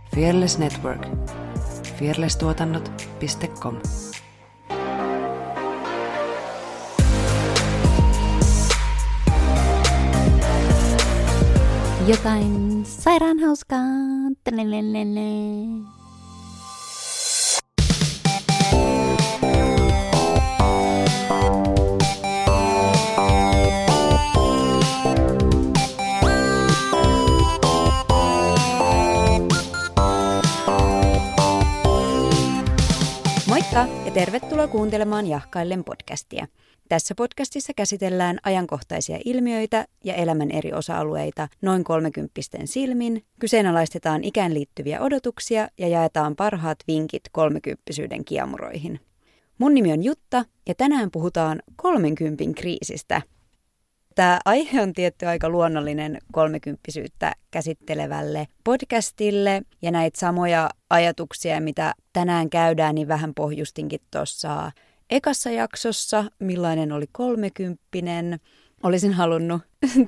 Fearless Network. fearlesstuotannot.com. Jotain sairaan hauskaa. Moikka ja tervetuloa kuuntelemaan Jahkaillen podcastia. Tässä podcastissa käsitellään ajankohtaisia ilmiöitä ja elämän eri osa-alueita noin 30-vuotiaiden silmin, kyseenalaistetaan ikään liittyviä odotuksia ja jaetaan parhaat vinkit 30-vuotiaiden kiemuroihin. Mun nimi on Jutta ja tänään puhutaan 30 kriisistä. Tämä aihe on tietty aika luonnollinen 30-vuotiaisuutta käsittelevälle podcastille ja näitä samoja ajatuksia, mitä tänään käydään, niin vähän pohjustinkin tuossa ekassa jaksossa, millainen oli 30. Olisin halunnut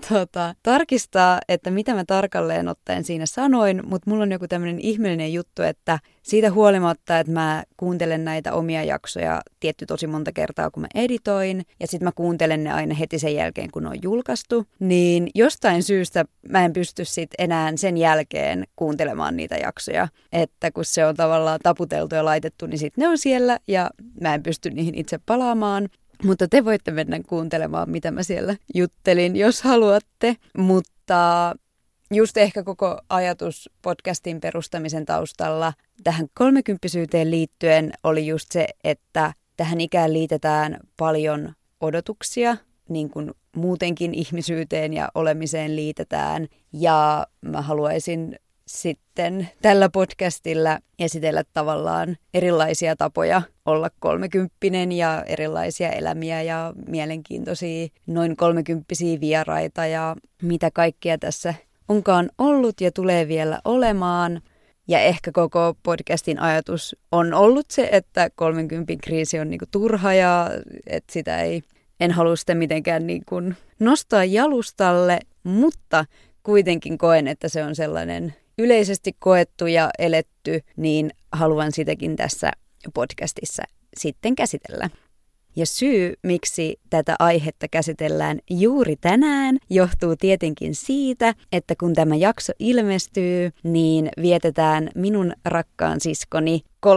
tarkistaa, että mitä mä tarkalleen ottaen siinä sanoin, mutta mulla on joku tämmöinen ihmeellinen juttu, että siitä huolimatta, että mä kuuntelen näitä omia jaksoja tosi monta kertaa, kun mä editoin, ja sitten mä kuuntelen ne aina heti sen jälkeen, kun ne on julkaistu, niin jostain syystä mä en pysty sitten enää sen jälkeen kuuntelemaan niitä jaksoja, että kun se on tavallaan taputeltu ja laitettu, niin sitten ne on siellä, ja mä en pysty niihin itse palaamaan. Mutta te voitte mennä kuuntelemaan, mitä mä siellä juttelin, jos haluatte. Mutta just ehkä koko ajatus podcastin perustamisen taustalla tähän 30-vuotiaisuuteen liittyen oli just se, että tähän ikään liitetään paljon odotuksia, niin kuin muutenkin ihmisyyteen ja olemiseen liitetään. Ja mä haluaisin sitten tällä podcastilla esitellä tavallaan erilaisia tapoja olla 30 ja erilaisia elämiä ja mielenkiintoisia noin 30 vieraita ja mitä kaikkea tässä onkaan ollut ja tulee vielä olemaan. Ja ehkä koko podcastin ajatus on ollut se, että 30 kriisi on niinku turha ja että sitä en halua sitä mitenkään niinku nostaa jalustalle, mutta kuitenkin koen, että se on sellainen yleisesti koettu ja eletty, niin haluan sitäkin tässä podcastissa sitten käsitellä. Ja syy, miksi tätä aihetta käsitellään juuri tänään, johtuu tietenkin siitä, että kun tämä jakso ilmestyy, niin vietetään minun rakkaan siskoni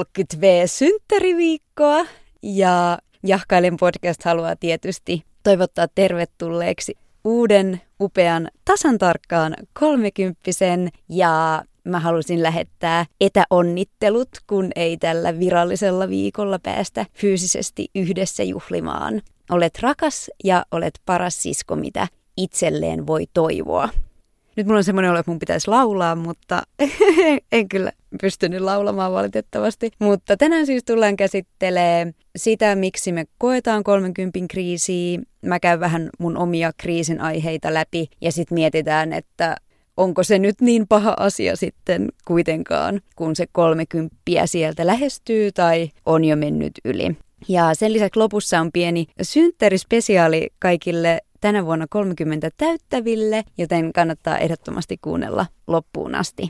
30V-synttäriviikkoa. Ja Jahkailen podcast haluaa tietysti toivottaa tervetulleeksi uuden, upean, tasan tarkkaan 30 ja mä halusin lähettää etäonnittelut, kun ei tällä virallisella viikolla päästä fyysisesti yhdessä juhlimaan. Olet rakas ja olet paras sisko, mitä itselleen voi toivoa. Nyt mulla on semmoinen olo, että mun pitäisi laulaa, mutta en kyllä pystynyt laulamaan valitettavasti. Mutta tänään siis tullaan käsittelemään sitä, miksi me koetaan 30 kriisiä. Mä käyn vähän mun omia kriisin aiheita läpi ja sitten mietitään, että onko se nyt niin paha asia sitten kuitenkaan, kun se 30 sieltä lähestyy tai on jo mennyt yli. Ja sen lisäksi lopussa on pieni synttärispesiaali kaikille tänä vuonna 30 täyttäville, joten kannattaa ehdottomasti kuunnella loppuun asti.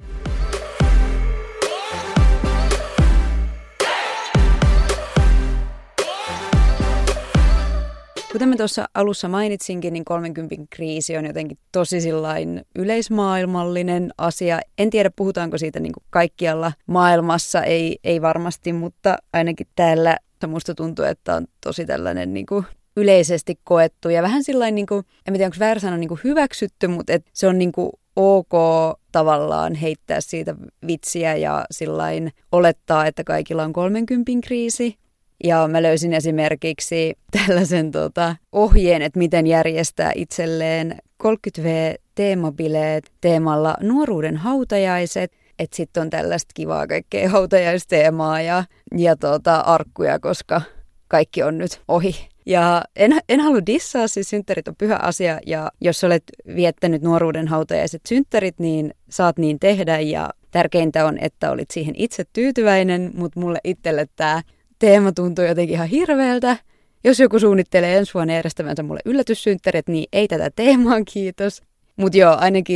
Kuten mä tuossa alussa mainitsinkin, niin 30 kriisi on jotenkin tosi sillain yleismaailmallinen asia. En tiedä, puhutaanko siitä niin kuin kaikkialla maailmassa, ei varmasti, mutta ainakin täällä musta tuntuu, että on tosi tällainen niin kuin yleisesti koettu ja vähän sillain, niin kuin, en tiedä onko väärä sana, niin kuin hyväksytty, mutta et se on niin kuin ok tavallaan heittää siitä vitsiä ja sillain olettaa, että kaikilla on 30 kriisi. Ja mä löysin esimerkiksi tällaisen ohjeen, että miten järjestää itselleen 30V-teemabileet teemalla nuoruuden hautajaiset. Että sitten on tällaista kivaa kaikkea hautajaisteemaa ja arkkuja, koska kaikki on nyt ohi. Ja en halua dissaa, siis synttärit on pyhä asia ja jos olet viettänyt nuoruuden hautajaiset synttärit, niin saat niin tehdä ja tärkeintä on, että olit siihen itse tyytyväinen, mutta mulle itselle tämä teema tuntuu jotenkin ihan hirveältä. Jos joku suunnittelee ensi vuonna järjestävänsä mulle yllätyssynttärit, niin ei tätä teemaa, kiitos. Mutta joo, ainakin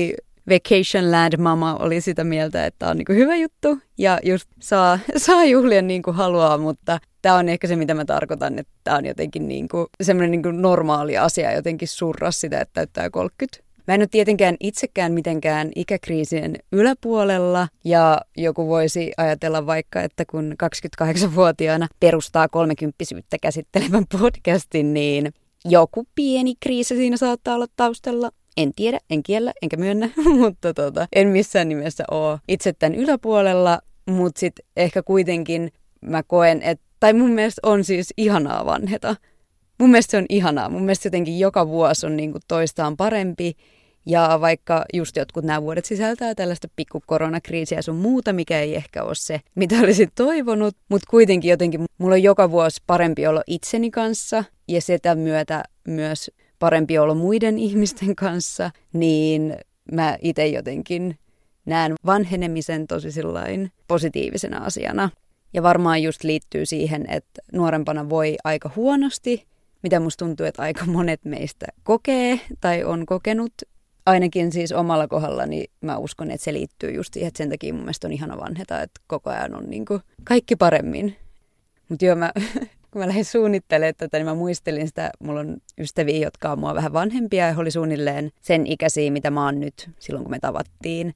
Vacation Land Mama oli sitä mieltä, että tämä on niinku hyvä juttu ja just saa juhlia niin kuin haluaa, mutta tämä on ehkä se, mitä mä tarkoitan, että tämä on jotenkin niinku semmoinen niinku normaali asia jotenkin surra sitä, että täyttää 30. Mä en ole tietenkään itsekään mitenkään ikäkriisien yläpuolella ja joku voisi ajatella vaikka, että kun 28-vuotiaana perustaa 30-syyttä käsittelevän podcastin, niin joku pieni kriisi siinä saattaa olla taustalla. En tiedä, en kiellä, enkä myönnä, mutta en missään nimessä ole itse tämän yläpuolella, mutta sitten ehkä kuitenkin mä koen, että, tai mun mielestä on siis ihanaa vanheta. Mun mielestä se on ihanaa. Mun mielestä jotenkin joka vuosi on niin kuin toistaan parempi. Ja vaikka just jotkut nämä vuodet sisältää tällaista pikku koronakriisiä sun muuta, mikä ei ehkä ole se, mitä olisit toivonut. Mutta kuitenkin jotenkin mulla on joka vuosi parempi olo itseni kanssa ja sitä myötä myös parempi olo muiden ihmisten kanssa. Niin mä itse jotenkin näen vanhenemisen tosi sillain positiivisena asiana. Ja varmaan just liittyy siihen, että nuorempana voi aika huonosti, mitä musta tuntuu, että aika monet meistä kokee tai on kokenut. Ainakin siis omalla kohdallani mä uskon, että se liittyy just siihen, että sen takia mun mielestä on ihana vanheta, että koko ajan on niinku kaikki paremmin. Mutta joo, kun mä lähdin suunnittelemaan tätä, niin mä muistelin sitä, mulla on ystäviä, jotka on mua vähän vanhempia ja he oli suunnilleen sen ikäisiä, mitä mä oon nyt silloin, kun me tavattiin.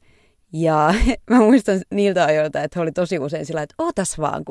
Ja mä muistan niiltä ajoilta, että he oli tosi usein sillä, että ootas vaan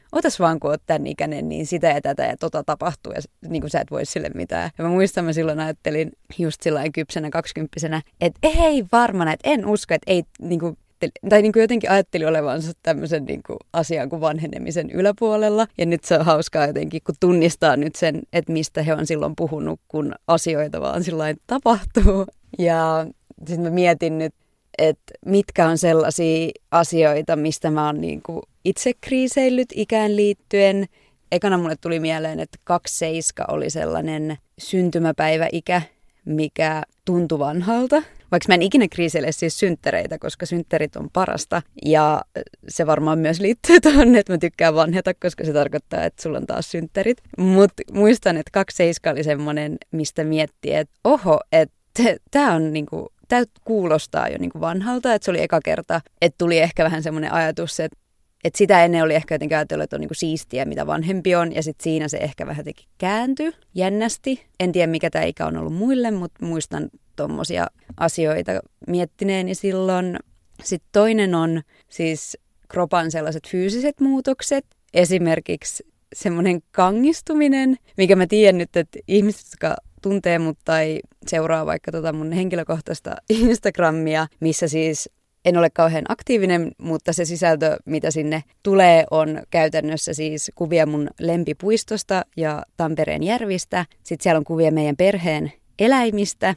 kun oot tämän ikäinen, niin sitä ja tätä ja tota tapahtuu ja niin kuin sä et voi sille mitään. Ja mä muistan, mä silloin ajattelin just sillain kypsenä 20-vuotiaana, että ei varmana, että en usko, että ei niinku, tai niin kuin jotenkin ajattelin olevansa tämmöisen niin kuin asian kuin vanhenemisen yläpuolella. Ja nyt se on hauskaa jotenkin, kun tunnistaa nyt sen, että mistä he on silloin puhunut, kun asioita vaan sillain tapahtuu. Ja sitten mä mietin nyt, että mitkä on sellaisia asioita, mistä mä oon niinku itse kriiseillyt ikään liittyen. Ekana mulle tuli mieleen, että 27 oli sellainen syntymäpäiväikä, mikä tuntui vanhalta. Vaikka mä en ikinä kriiseile siis synttäreitä, koska synttärit on parasta. Ja se varmaan myös liittyy tuohon, että mä tykkään vanheta, koska se tarkoittaa, että sulla on taas synttärit. Mutta muistan, että 27 oli semmoinen, mistä miettii, että oho, että tää on niinku... Tämä kuulostaa jo niin kuin vanhalta, että se oli eka kerta, että tuli ehkä vähän semmoinen ajatus, että sitä ennen oli ehkä jotenkin ajatellut, että on niin kuin siistiä, mitä vanhempi on, ja sitten siinä se ehkä vähän jotenkin kääntyi jännästi. En tiedä, mikä tämä ikä on ollut muille, mutta muistan tuommoisia asioita miettineeni silloin. Sitten toinen on siis kropan sellaiset fyysiset muutokset, esimerkiksi semmoinen kangistuminen, mikä mä tiedän nyt, että ihmiset, jotka tuntee mut tai seuraa vaikka mun henkilökohtaista Instagramia, missä siis en ole kauhean aktiivinen, mutta se sisältö, mitä sinne tulee, on käytännössä siis kuvia mun lempipuistosta ja Tampereen järvistä. Sitten siellä on kuvia meidän perheen eläimistä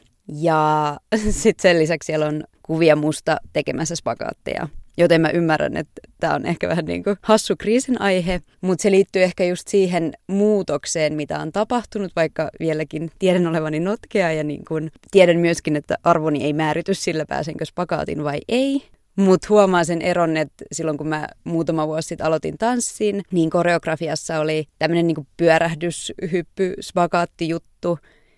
ja sitten sen lisäksi siellä on kuvia musta tekemässä spagaatteja. Joten mä ymmärrän, että tämä on ehkä vähän niin kuin hassu kriisin aihe, mutta se liittyy ehkä just siihen muutokseen, mitä on tapahtunut, vaikka vieläkin tiedän olevani notkea ja niin kuin tiedän myöskin, että arvoni ei määrity sillä, pääsenkö spagaatin vai ei. Mutta huomaa sen eron, että silloin kun mä muutama vuosi sitten aloitin tanssin, niin koreografiassa oli tämmöinen niin kuin pyörähdys, hyppy, spagaattijuttu.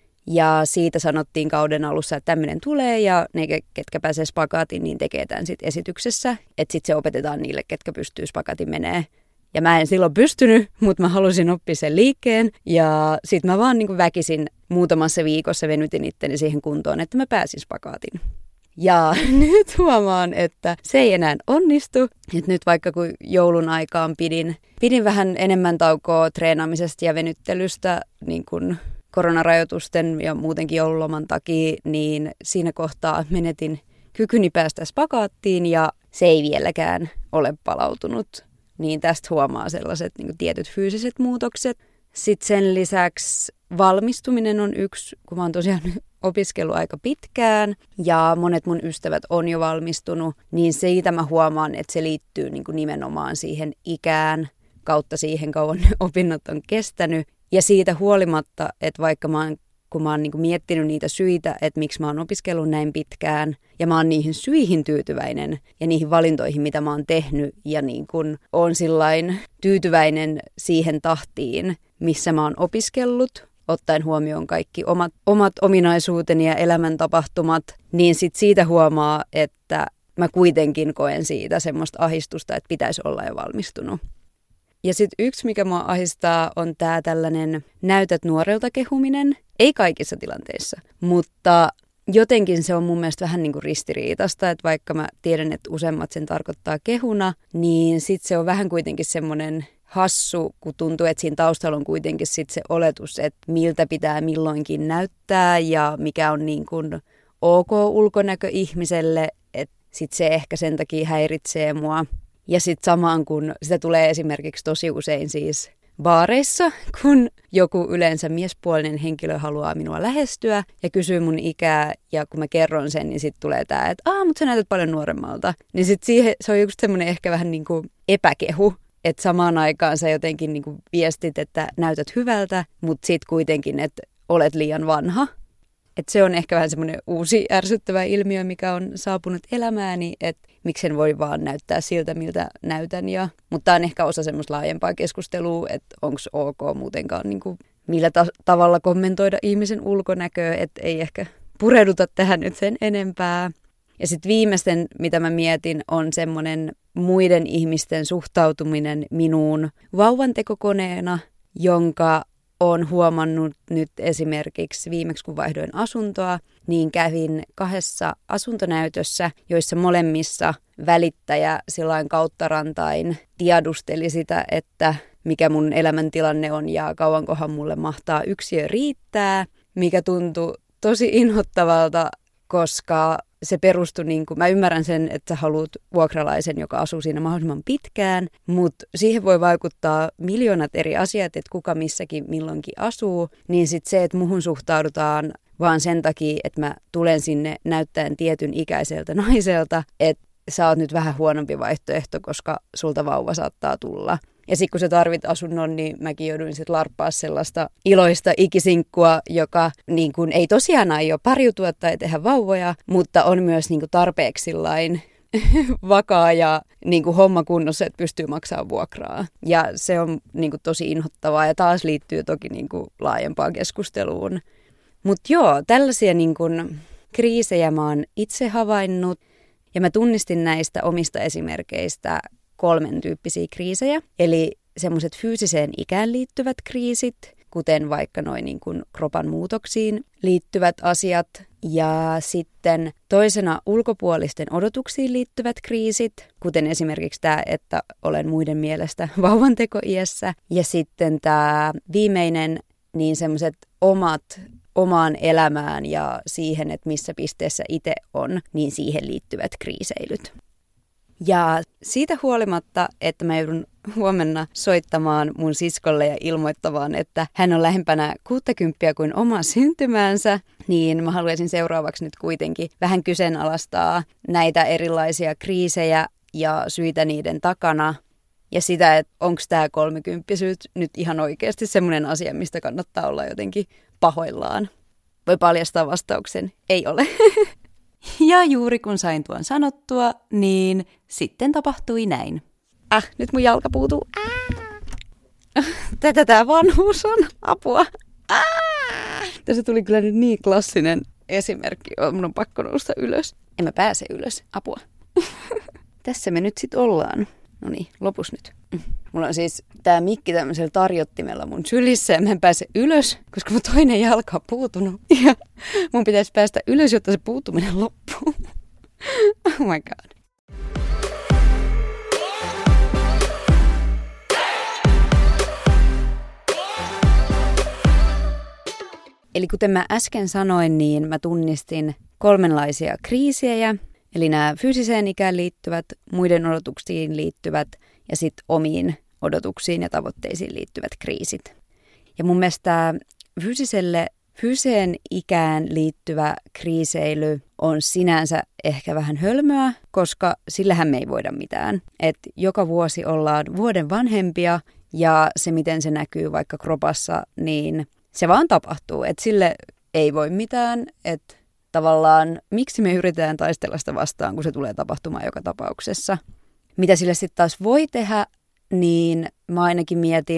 Ja siitä sanottiin kauden alussa, että tämmöinen tulee ja ne, ketkä pääsee spagaatiin, niin tekee tämän sitten esityksessä. Että sitten se opetetaan niille, ketkä pystyy spagaatin menee. Ja mä en silloin pystynyt, mutta mä halusin oppia sen liikkeen. Ja sitten mä vaan niin kuin väkisin muutamassa viikossa venytin itteni siihen kuntoon, että mä pääsin spagaatin. Ja nyt huomaan, että se ei enää onnistu. Et nyt vaikka kun joulun aikaan pidin vähän enemmän taukoa treenaamisesta ja venyttelystä niin kuin koronarajoitusten ja muutenkin joululoman takia, niin siinä kohtaa menetin kykyni päästä spagaattiin ja se ei vieläkään ole palautunut. Niin tästä huomaa sellaiset niin kuin tietyt fyysiset muutokset. Sitten sen lisäksi valmistuminen on yksi, kun mä oon tosiaan opiskellut aika pitkään ja monet mun ystävät on jo valmistunut, niin siitä mä huomaan, että se liittyy niin kuin nimenomaan siihen ikään kautta siihen kauan opinnot on kestänyt. Ja siitä huolimatta, että vaikka kun mä oon niin kuin miettinyt niitä syitä, että miksi mä oon opiskellut näin pitkään, ja mä oon niihin syihin tyytyväinen ja niihin valintoihin, mitä mä oon tehnyt, ja niin kuin oon sillain tyytyväinen siihen tahtiin, missä mä oon opiskellut, ottaen huomioon kaikki omat ominaisuuteni ja elämäntapahtumat, niin sit siitä huomaa, että mä kuitenkin koen siitä semmoista ahdistusta, että pitäisi olla jo valmistunut. Ja sitten yksi, mikä mua ahdistaa, on tää tällainen näytät nuorelta kehuminen. Ei kaikissa tilanteissa, mutta jotenkin se on mun mielestä vähän niin kuin ristiriitasta, että vaikka mä tiedän, että useimmat sen tarkoittaa kehuna, niin sitten se on vähän kuitenkin semmoinen hassu, kun tuntuu, että siinä taustalla on kuitenkin sit se oletus, että miltä pitää milloinkin näyttää ja mikä on niin kuin ok ulkonäkö ihmiselle, että sitten se ehkä sen takia häiritsee mua. Ja sitten samaan kun sitä tulee esimerkiksi tosi usein siis baareissa, kun joku yleensä miespuolinen henkilö haluaa minua lähestyä ja kysyy mun ikää, ja kun mä kerron sen, niin sitten tulee tää, että mutta sä näytät paljon nuoremmalta. Niin sitten se on just semmoinen ehkä vähän niin kuin epäkehu, että samaan aikaan sä jotenkin niin kuin viestit, että näytät hyvältä, mutta sitten kuitenkin, että olet liian vanha. Että se on ehkä vähän semmoinen uusi ärsyttävä ilmiö, mikä on saapunut elämääni, että miksen voi vaan näyttää siltä, miltä näytän. Mutta tämä on ehkä osa semmoista laajempaa keskustelua, että onko ok muutenkaan niin kuin millä tavalla kommentoida ihmisen ulkonäköä, että ei ehkä pureuduta tähän nyt sen enempää. Ja sitten viimeisten, mitä mä mietin, on semmoinen muiden ihmisten suhtautuminen minuun vauvantekokoneena, jonka olen huomannut nyt esimerkiksi viimeksi, kun vaihdoin asuntoa, niin kävin 2 asuntonäytössä, joissa molemmissa välittäjä sillain kauttarantain tiedusteli sitä, että mikä mun elämäntilanne on ja kauankohan mulle mahtaa yksiö riittää, mikä tuntui tosi inhottavalta, koska se perustui, niin kuin, mä ymmärrän sen, että sä haluat vuokralaisen, joka asuu siinä mahdollisimman pitkään, mutta siihen voi vaikuttaa miljoonat eri asiat, että kuka missäkin milloinkin asuu, niin sitten se, että muhun suhtaudutaan vaan sen takia, että mä tulen sinne näyttäen tietyn ikäiseltä naiselta, että sä oot nyt vähän huonompi vaihtoehto, koska sulta vauva saattaa tulla. Ja sitten kun sä tarvit asunnon, niin mäkin jouduin sitten larppaa sellaista iloista ikisinkkua, joka niin kun ei tosiaan aio pariutua tai tehdä vauvoja, mutta on myös niin kun tarpeeksi sillain vakaa ja niin kun homma kunnossa, että pystyy maksamaan vuokraa. Ja se on niin kun tosi inhottavaa ja taas liittyy toki niin kun laajempaan keskusteluun. Mutta joo, tällaisia niin kun kriisejä mä oon itse havainnut ja mä tunnistin näistä omista esimerkkeistä 3 tyyppisiä kriisejä, eli semmoiset fyysiseen ikään liittyvät kriisit, kuten vaikka noin niin kuin kropan muutoksiin liittyvät asiat, ja sitten toisena ulkopuolisten odotuksiin liittyvät kriisit, kuten esimerkiksi tämä, että olen muiden mielestä vauvantekoiässä, ja sitten tämä viimeinen, niin semmoiset omaan elämään ja siihen, että missä pisteessä itse on, niin siihen liittyvät kriiseilyt. Ja siitä huolimatta, että mä joudun huomenna soittamaan mun siskolle ja ilmoittamaan, että hän on lähempänä 60 kuin oma syntymäänsä, niin mä haluaisin seuraavaksi nyt kuitenkin vähän kyseenalaistaa näitä erilaisia kriisejä ja syitä niiden takana. Ja sitä, että onko tämä 30-syys nyt ihan oikeasti semmoinen asia, mistä kannattaa olla jotenkin pahoillaan. Voi paljastaa vastauksen, ei ole. Ja juuri kun sain tuon sanottua, niin sitten tapahtui näin. Nyt mun jalka puutuu. Tätä tää vanhuus on. Apua. Tässä tuli kyllä nyt niin klassinen esimerkki. Mun on pakko nousta ylös. En mä pääse ylös. Apua. Tässä me nyt sit ollaan. No niin, lopus nyt. Mulla on siis tää mikki tämmöisellä tarjottimella mun sylissä ja mä en pääse ylös, koska mun toinen jalka on puutunut. Ja mun pitäisi päästä ylös, jotta se puutuminen loppuu. Oh my god. Eli kuten mä äsken sanoin, niin mä tunnistin 3 kriisejä. Eli nämä fyysiseen ikään liittyvät, muiden odotuksiin liittyvät ja sitten omiin odotuksiin ja tavoitteisiin liittyvät kriisit. Ja mun mielestä fyysiseen ikään liittyvä kriiseily on sinänsä ehkä vähän hölmöä, koska sillähän me ei voida mitään. Et joka vuosi ollaan vuoden vanhempia ja se miten se näkyy vaikka kropassa, niin se vaan tapahtuu. Et sille ei voi mitään, että tavallaan, miksi me yritetään taistella sitä vastaan, kun se tulee tapahtumaan joka tapauksessa. Mitä sille sitten taas voi tehdä, niin mä ainakin mietin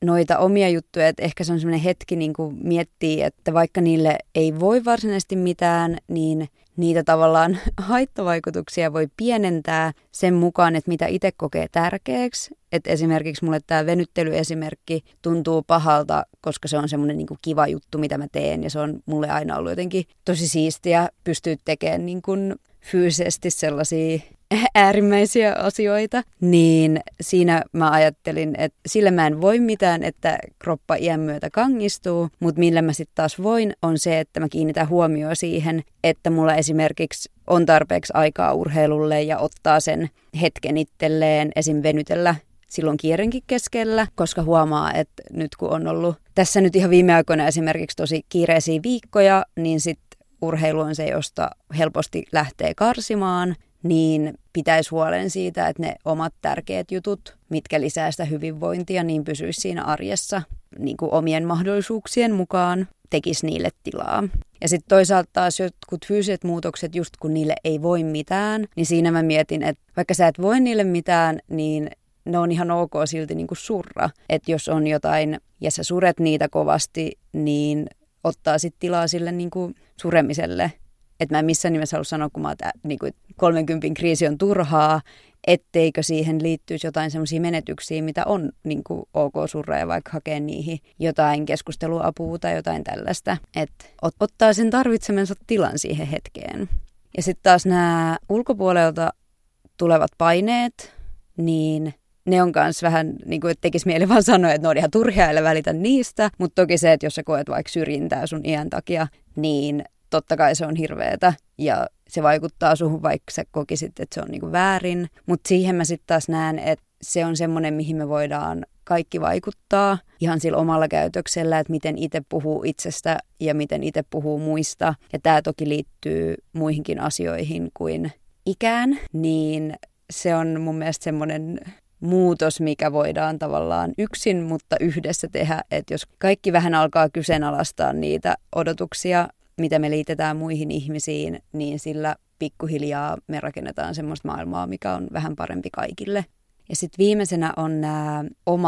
noita omia juttuja, että ehkä se on semmoinen hetki niin kuin miettii, että vaikka niille ei voi varsinaisesti mitään, niin niitä tavallaan haittavaikutuksia voi pienentää sen mukaan, että mitä itse kokee tärkeäksi. Että esimerkiksi mulle tämä venyttelyesimerkki tuntuu pahalta, koska se on semmoinen niin kuin kiva juttu, mitä mä teen. Ja se on mulle aina ollut jotenkin tosi siistiä pystyä tekemään niin kuin fyysisesti sellaisia äärimmäisiä asioita, niin siinä mä ajattelin, että sillä mä en voi mitään, että kroppa iän myötä kangistuu, mutta millä mä sitten taas voin, on se, että mä kiinnitän huomioon siihen, että mulla esimerkiksi on tarpeeksi aikaa urheilulle ja ottaa sen hetken itselleen, esim. Venytellä silloin kiirenkin keskellä, koska huomaa, että nyt kun on ollut tässä nyt ihan viime aikoina esimerkiksi tosi kiireisiä viikkoja, niin sitten urheilu on se, josta helposti lähtee karsimaan, niin pitäisi huolen siitä, että ne omat tärkeät jutut, mitkä lisää sitä hyvinvointia, niin pysyisi siinä arjessa niin kuin omien mahdollisuuksien mukaan, tekisi niille tilaa. Ja sitten toisaalta taas jotkut fyysiset muutokset, just kun niille ei voi mitään, niin siinä mä mietin, että vaikka sä et voi niille mitään, niin ne on ihan ok silti niin kuin surra. Että jos on jotain ja sä suret niitä kovasti, niin ottaa sitten tilaa sille niin kuin suremiselle. Että mä en missään nimessä halua sanoa, kun mä oon niin 30 kriisi on turhaa, etteikö siihen liittyisi jotain semmoisia menetyksiä, mitä on niin kuin ok surra ja vaikka hakea niihin jotain keskusteluapua tai jotain tällaista. Että ottaa sen tarvitsemansa tilan siihen hetkeen. Ja sitten taas nämä ulkopuolelta tulevat paineet, niin ne on myös vähän, niin kuin, että tekisi mieli vaan sanoa, että ne on ihan turhia, älä välitä niistä. Mutta toki se, että jos sä koet vaikka syrjintää sun iän takia, niin totta kai se on hirveetä ja se vaikuttaa suhun, vaikka sä kokisit, että se on niinku väärin. Mutta siihen mä sitten taas näen, että se on semmoinen, mihin me voidaan kaikki vaikuttaa ihan sillä omalla käytöksellä, että miten itse puhuu itsestä ja miten itse puhuu muista. Ja tämä toki liittyy muihinkin asioihin kuin ikään, niin se on mun mielestä semmoinen muutos, mikä voidaan tavallaan yksin, mutta yhdessä tehdä. Että jos kaikki vähän alkaa kyseenalaistaa niitä odotuksia, mitä me liitetään muihin ihmisiin, niin sillä pikkuhiljaa me rakennetaan semmoista maailmaa, mikä on vähän parempi kaikille. Ja sitten viimeisenä on nämä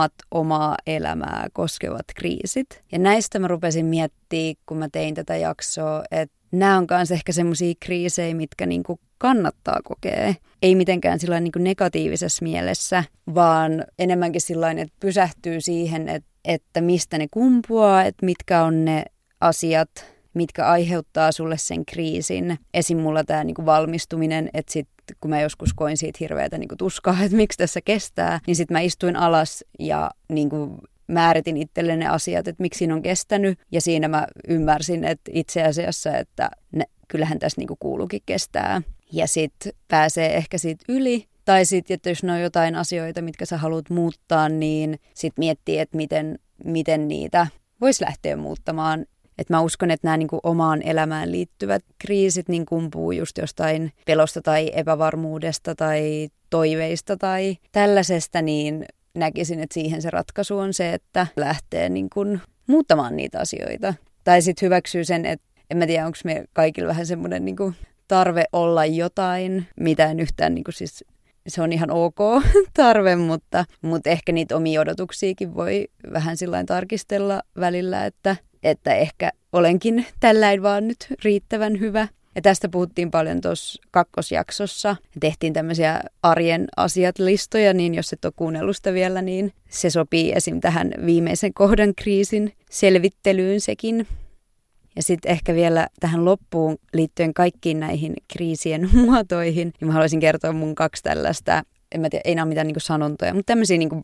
omaa elämää koskevat kriisit. Ja näistä mä rupesin miettimään, kun mä tein tätä jaksoa, että nämä on myös ehkä semmoisia kriisejä, mitkä niinku kannattaa kokea. Ei mitenkään sillain niinku negatiivisessa mielessä, vaan enemmänkin sillain, että pysähtyy siihen, että mistä ne kumpuaa, että mitkä on ne asiat, mitkä aiheuttaa sulle sen kriisin. Esim. Mulla tämä niinku valmistuminen, että sitten kun mä joskus koin siitä hirveätä niinku tuskaa, että miksi tässä kestää, niin sitten mä istuin alas ja niinku määritin itselle ne asiat, että miksi siinä on kestänyt. Ja siinä mä ymmärsin, että itse asiassa, että kyllähän tässä niinku kuuluukin kestää. Ja sitten pääsee ehkä siitä yli. Tai sitten, että jos ne on jotain asioita, mitkä sä haluat muuttaa, niin sitten miettii, että miten niitä voisi lähteä muuttamaan. Et mä uskon, että nämä niinku omaan elämään liittyvät kriisit niin kumpuu just jostain pelosta tai epävarmuudesta tai toiveista tai tällaisesta, niin näkisin, että siihen se ratkaisu on se, että lähtee niinku muuttamaan niitä asioita. Tai sitten hyväksyy sen, että en mä tiedä, onko me kaikilla vähän semmoinen niinku tarve olla jotain, mitä en yhtään niinku siis se on ihan ok tarve, mutta ehkä niitä omia odotuksiakin voi vähän sillain tarkistella välillä, että ehkä olenkin tälläin vaan nyt riittävän hyvä. Ja tästä puhuttiin paljon tuossa kakkosjaksossa. Tehtiin tämmöisiä arjen asiat-listoja, niin jos et ole kuunnellut sitä vielä, niin se sopii esim. Tähän viimeisen kohdan kriisin selvittelyyn sekin. Ja sitten ehkä vielä tähän loppuun liittyen kaikkiin näihin kriisien muotoihin, niin mä haluaisin kertoa mun 2 tällaista, en mä tiedä, ei nämä ole mitään niinku sanontoja, mutta tämmöisiä niinku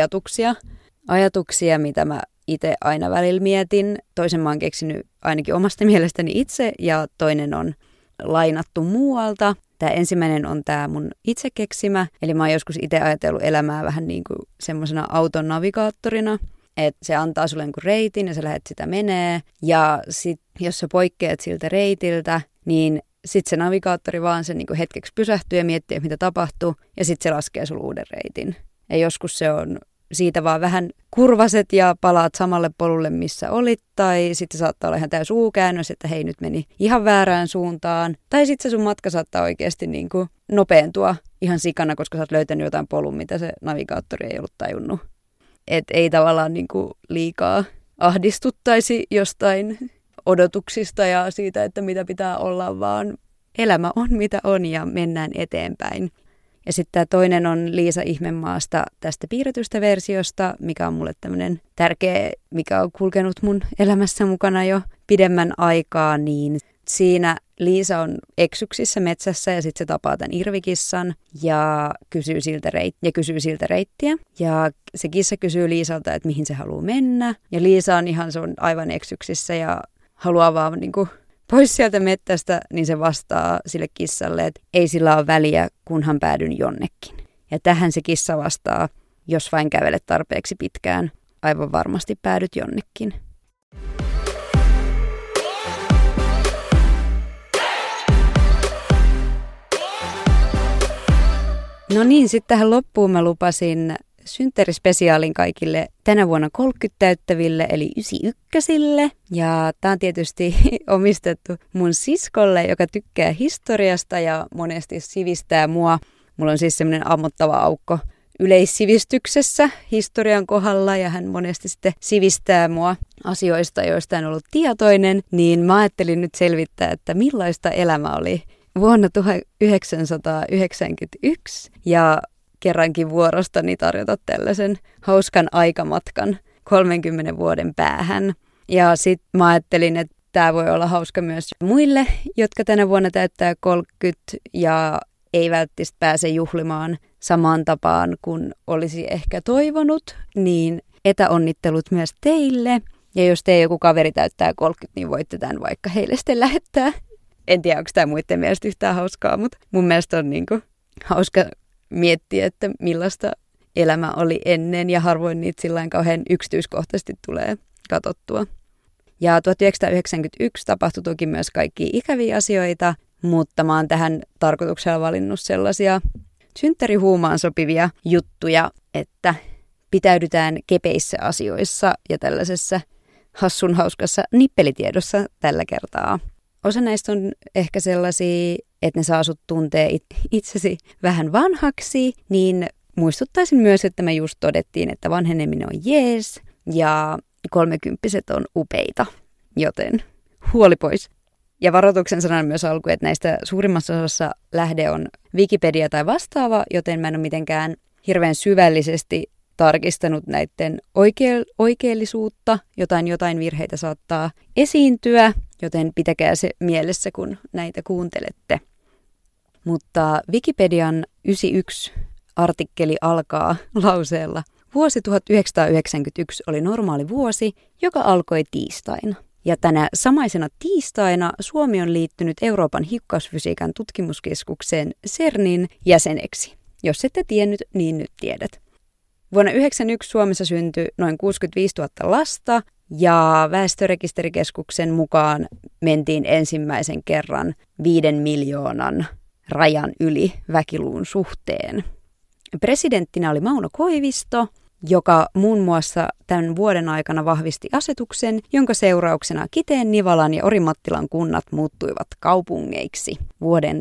ajatuksia, mitä mä itse aina välillä mietin. Toisen mä oon keksinyt ainakin omasta mielestäni itse ja toinen on lainattu muualta. Tämä ensimmäinen on tämä mun itse keksimä, eli mä oon joskus itse ajatellut elämää vähän niin kuin semmoisena auton navigaattorina, että se antaa sulle niinku reitin ja sä lähdet sitä menee ja sitten jos sä poikkeat siltä reitiltä, niin sitten se navigaattori vaan sen niinku hetkeksi pysähtyy ja miettii, mitä tapahtuu ja sitten se laskee sulle uuden reitin. Ja joskus se on siitä vaan vähän kurvaset ja palaat samalle polulle, missä olit, tai sitten saattaa olla ihan täys U-käännös, että hei, nyt meni ihan väärään suuntaan. Tai sitten se sun matka saattaa oikeasti niin kuin nopeentua ihan sikana, koska sä oot löytänyt jotain polun, mitä se navigaattori ei ollut tajunnut. että ei tavallaan niin kuin liikaa ahdistuttaisi jostain odotuksista ja siitä, että mitä pitää olla, vaan elämä on mitä on ja mennään eteenpäin. Ja sitten tämä toinen on Liisa Ihmemaasta tästä piirretystä versiosta, mikä on mulle tämmöinen tärkeä, mikä on kulkenut mun elämässä mukana jo pidemmän aikaa, niin siinä Liisa on eksyksissä metsässä ja sitten se tapaa tämän irvikissan ja kysyy siltä reittiä. Ja se kissa kysyy Liisalta, että mihin se haluaa mennä. Ja Liisa on se on aivan eksyksissä ja haluaa vaan niinku pois sieltä mettästä, niin se vastaa sille kissalle, että ei sillä ole väliä, kunhan päädyn jonnekin. Ja tähän se kissa vastaa, jos vain kävelet tarpeeksi pitkään, aivan varmasti päädyt jonnekin. No niin, sitten tähän loppuun mä lupasin synttärispesiaalin kaikille tänä vuonna 30 täyttäville, eli 91-sille. Ja tää on tietysti omistettu mun siskolle, joka tykkää historiasta ja monesti sivistää mua. Mulla on siis semmoinen ammottava aukko yleissivistyksessä historian kohdalla ja hän monesti sitten sivistää mua asioista, joista en ollut tietoinen. Niin mä ajattelin nyt selvittää, että millaista elämä oli vuonna 1991 ja kerrankin vuorostani tarjota tällaisen hauskan aikamatkan 30 vuoden päähän. Ja sitten mä ajattelin, että tämä voi olla hauska myös muille, jotka tänä vuonna täyttää 30 ja ei välttämättä pääse juhlimaan samaan tapaan kuin olisi ehkä toivonut, niin etäonnittelut myös teille. Ja jos teidän joku kaveri täyttää 30, niin voitte tämän vaikka heille sitten lähettää. En tiedä, onko tämä muiden mielestä yhtään hauskaa, mutta mun mielestä on hauska miettiä, että millaista elämä oli ennen ja harvoin niitä sillain kauhean yksityiskohtaisesti tulee katsottua. Ja 1991 tapahtui toki myös kaikkia ikäviä asioita, mutta mä oon tähän tarkoituksella valinnut sellaisia synttärihuumaan sopivia juttuja, että pitäydytään kepeissä asioissa ja tällaisessa hassun hauskassa nippelitiedossa tällä kertaa. Osa näistä on ehkä sellaisia, että ne saa sut tuntee itsesi vähän vanhaksi, niin muistuttaisin myös, että me just todettiin, että vanheneminen on jees ja 30-vuotiaat on upeita, joten huoli pois. Ja varoituksen sanan myös alkuun, että näistä suurimmassa osassa lähde on Wikipedia tai vastaava, joten mä en ole mitenkään hirveän syvällisesti tarkistanut näiden oikeellisuutta, jotain virheitä saattaa esiintyä, joten pitäkää se mielessä, kun näitä kuuntelette. Mutta Wikipedian 91 artikkeli alkaa lauseella: vuosi 1991 oli normaali vuosi, joka alkoi tiistaina. Ja tänä samaisena tiistaina Suomi on liittynyt Euroopan hiukkausfysiikan tutkimuskeskukseen CERNin jäseneksi. Jos ette tiennyt, niin nyt tiedät. Vuonna 1991 Suomessa syntyi noin 65 000 lasta ja Väestörekisterikeskuksen mukaan mentiin ensimmäisen kerran 5 miljoonan rajan yli väkiluun suhteen. Presidenttinä oli Mauno Koivisto, joka muun muassa tämän vuoden aikana vahvisti asetuksen, jonka seurauksena Kiteen, Nivalan ja Orimattilan kunnat muuttuivat kaupungeiksi vuoden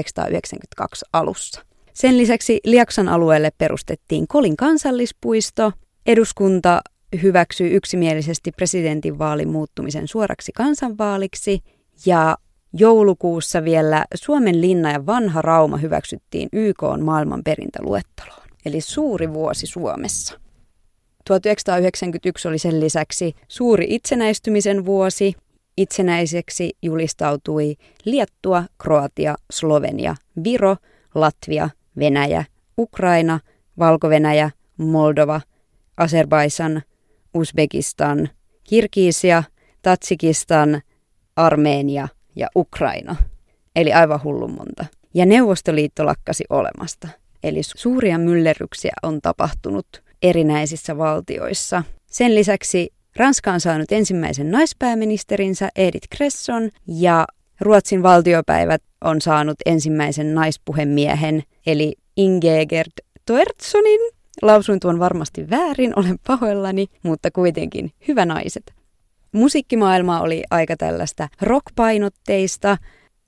1992 alussa. Sen lisäksi Lieksan alueelle perustettiin Kolin kansallispuisto. Eduskunta hyväksyi yksimielisesti presidentinvaalin muuttumisen suoraksi kansanvaaliksi ja joulukuussa vielä Suomen linna ja vanha Rauma hyväksyttiin YK:n maailmanperintöluetteloon. Eli suuri vuosi Suomessa. 1991 oli sen lisäksi suuri itsenäistymisen vuosi. Itsenäiseksi julistautui Liettua, Kroatia, Slovenia, Viro, Latvia, Venäjä, Ukraina, Valko-Venäjä, Moldova, Azerbaidžan, Uzbekistan, Kirgisia, Tadžikistan, Armeenia ja Ukraina. Eli aivan hullun monta. Ja Neuvostoliitto lakkasi olemasta. Eli suuria myllerryksiä on tapahtunut erinäisissä valtioissa. Sen lisäksi Ranska on saanut ensimmäisen naispääministerinsä Edith Cresson ja Ruotsin valtiopäivät on saanut ensimmäisen naispuhemiehen eli Ingegerd Toertsonin. Lausuin tuon varmasti väärin, olen pahoillani, mutta kuitenkin hyvä naiset. Musiikkimaailma oli aika tällaista rockpainotteista.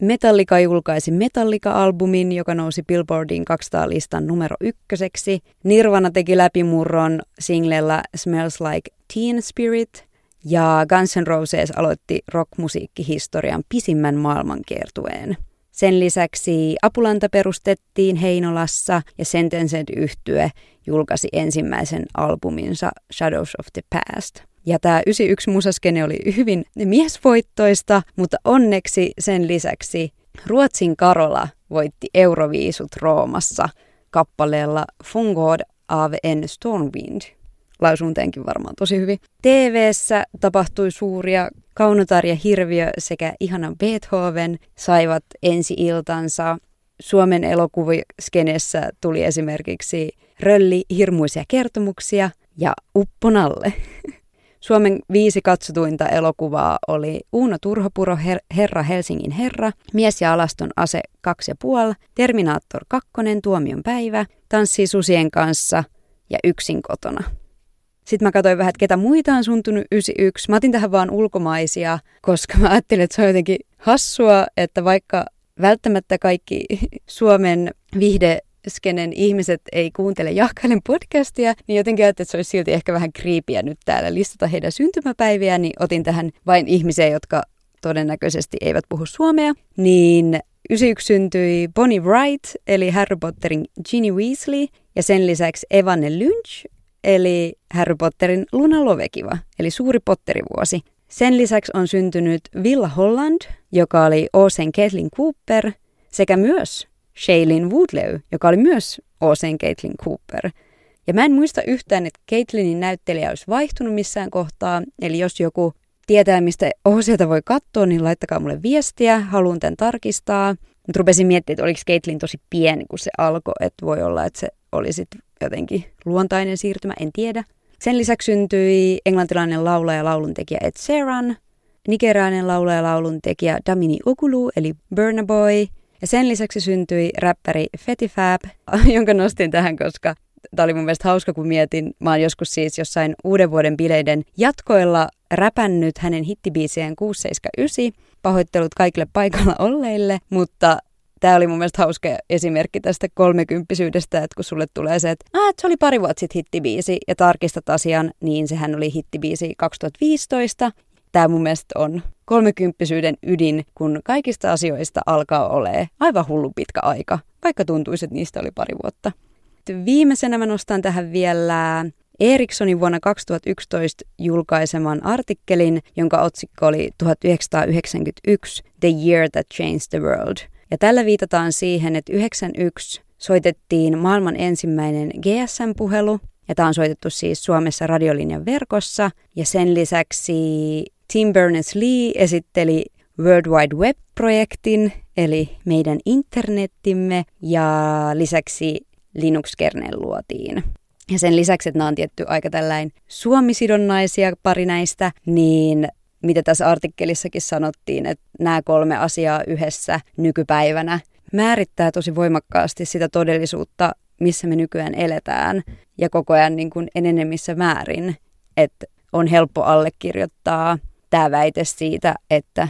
Metallica julkaisi Metallica-albumin, joka nousi Billboardin 200-listan numero 1. Nirvana teki läpimurron singlellä Smells Like Teen Spirit. Ja Guns N' Roses aloitti rockmusiikkihistorian pisimmän maailmankiertueen. Sen lisäksi Apulanta perustettiin Heinolassa ja Sentenced-yhtye julkaisi ensimmäisen albuminsa Shadows of the Past. Ja tämä 91 musaskene oli hyvin miesvoittoista, mutta onneksi sen lisäksi Ruotsin Karola voitti Euroviisut Roomassa kappaleella Fungod av en stormwind. Lausun tämänkin varmaan tosi hyvin. TV:ssä tapahtui suuria. Kaunotarja Hirviö sekä Ihana Beethoven saivat ensi-iltansa. Suomen elokuviskenessä tuli esimerkiksi Rölli hirmuisia kertomuksia ja Upponalle. Suomen 5 katsotuinta elokuvaa oli Uuno Turhopuro, Herra Helsingin herra, Mies ja alaston ase 2,5, Terminaattor 2, Tuomion päivä, Tanssii susien kanssa ja Yksin kotona. Sitten mä katsoin vähän, että ketä muita on syntynyt 91. Mä otin tähän vaan ulkomaisia, koska mä ajattelin, että se on jotenkin hassua, että vaikka välttämättä kaikki Suomen viihdeskenen ihmiset ei kuuntele Jahkailen podcastia, niin jotenkin ajattelin, että se olisi silti ehkä vähän creepyä nyt täällä listata heidän syntymäpäiviä, niin otin tähän vain ihmisiä, jotka todennäköisesti eivät puhu suomea. Niin 91 syntyi Bonnie Wright, eli Harry Potterin Ginny Weasley, ja sen lisäksi Evanne Lynch, eli Harry Potterin Luna Lovekiva, eli suuri Potterivuosi. Sen lisäksi on syntynyt Villa Holland, joka oli Ocean Caitlin Cooper, sekä myös Shailene Woodley, joka oli myös Ocean Caitlin Cooper. Ja mä en muista yhtään, että Caitlinin näyttelijä olisi vaihtunut missään kohtaa, eli jos joku tietää, mistä Oceata voi katsoa, niin laittakaa mulle viestiä, haluan tämän tarkistaa. Mutta rupesin miettimään, että oliko Caitlin tosi pieni, kun se alkoi, että voi olla, että se oli sitten jotenkin luontainen siirtymä, en tiedä. Sen lisäksi syntyi englantilainen laulaja ja lauluntekijä Ed Sheeran, nigerialainen laulaja ja lauluntekijä Damini Ogulu, eli Burna Boy. Ja sen lisäksi syntyi räppäri Fetty Fab, jonka nostin tähän, koska tämä oli mun mielestä hauska, kun mietin. Mä oon joskus siis jossain uuden vuoden bileiden jatkoilla räpännyt hänen hittibiisien 679. Pahoittelut kaikille paikalla olleille, mutta tämä oli mun mielestä hauska esimerkki tästä 30-syydestä, että kun sulle tulee se, että se oli pari vuotta sitten hittibiisi ja tarkistat asian, niin sehän oli hittibiisi 2015. Tämä mun mielestä on 30-syyden ydin, kun kaikista asioista alkaa olemaan aivan hullu pitkä aika, vaikka tuntuisi, että niistä oli pari vuotta. Viimeisenä mä nostan tähän vielä Ericssonin vuonna 2011 julkaiseman artikkelin, jonka otsikko oli 1991, The Year That Changed the World. Ja tällä viitataan siihen, että 1991 soitettiin maailman ensimmäinen GSM-puhelu, ja tämä on soitettu siis Suomessa radiolinjan verkossa. Ja sen lisäksi Tim Berners-Lee esitteli World Wide Web-projektin, eli meidän internettimme, ja lisäksi Linux-kernel luotiin. Ja sen lisäksi, että nämä on tietty aika tällainen suomisidonnaisia pari näistä, niin mitä tässä artikkelissakin sanottiin, että nämä 3 asiaa yhdessä nykypäivänä määrittää tosi voimakkaasti sitä todellisuutta, missä me nykyään eletään, ja koko ajan niin kuin enenevissä määrin, että on helppo allekirjoittaa tämä väite siitä, että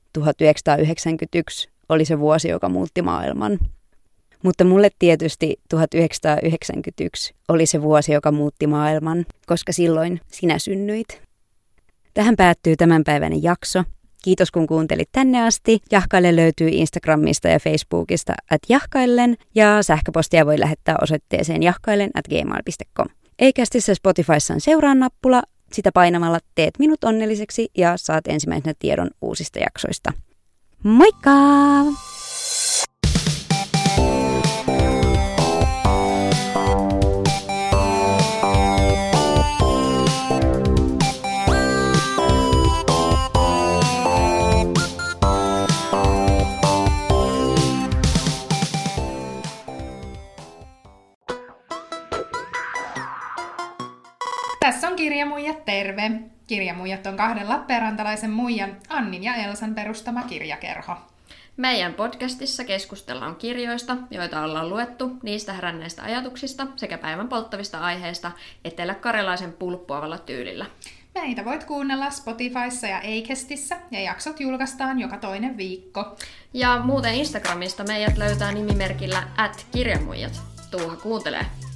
1991 oli se vuosi, joka muutti maailman. Mutta mulle tietysti 1991 oli se vuosi, joka muutti maailman, koska silloin sinä synnyit. Tähän päättyy tämänpäiväinen jakso. Kiitos kun kuuntelit tänne asti. Jahkaille löytyy Instagramista ja Facebookista @jahkaillen ja sähköpostia voi lähettää osoitteeseen jahkaillen@gmail.com. Eikästissä Spotifyssa on seuraa-nappula. Sitä painamalla teet minut onnelliseksi ja saat ensimmäisenä tiedon uusista jaksoista. Moikka! Tässä on Kirjamuijat, terve! Kirjamuijat on 2 lappeenrantalaisen muijan, Annin ja Elsan perustama kirjakerho. Meidän podcastissa keskustellaan kirjoista, joita ollaan luettu, niistä heränneistä ajatuksista sekä päivän polttavista aiheista eteläkarjalaisen pulppuavalla tyylillä. Meitä voit kuunnella Spotifyssa ja Acastissa, ja jaksot julkaistaan joka toinen viikko. Ja muuten Instagramista meidät löytää nimimerkillä @kirjamuijat. Tuuha kuuntelee!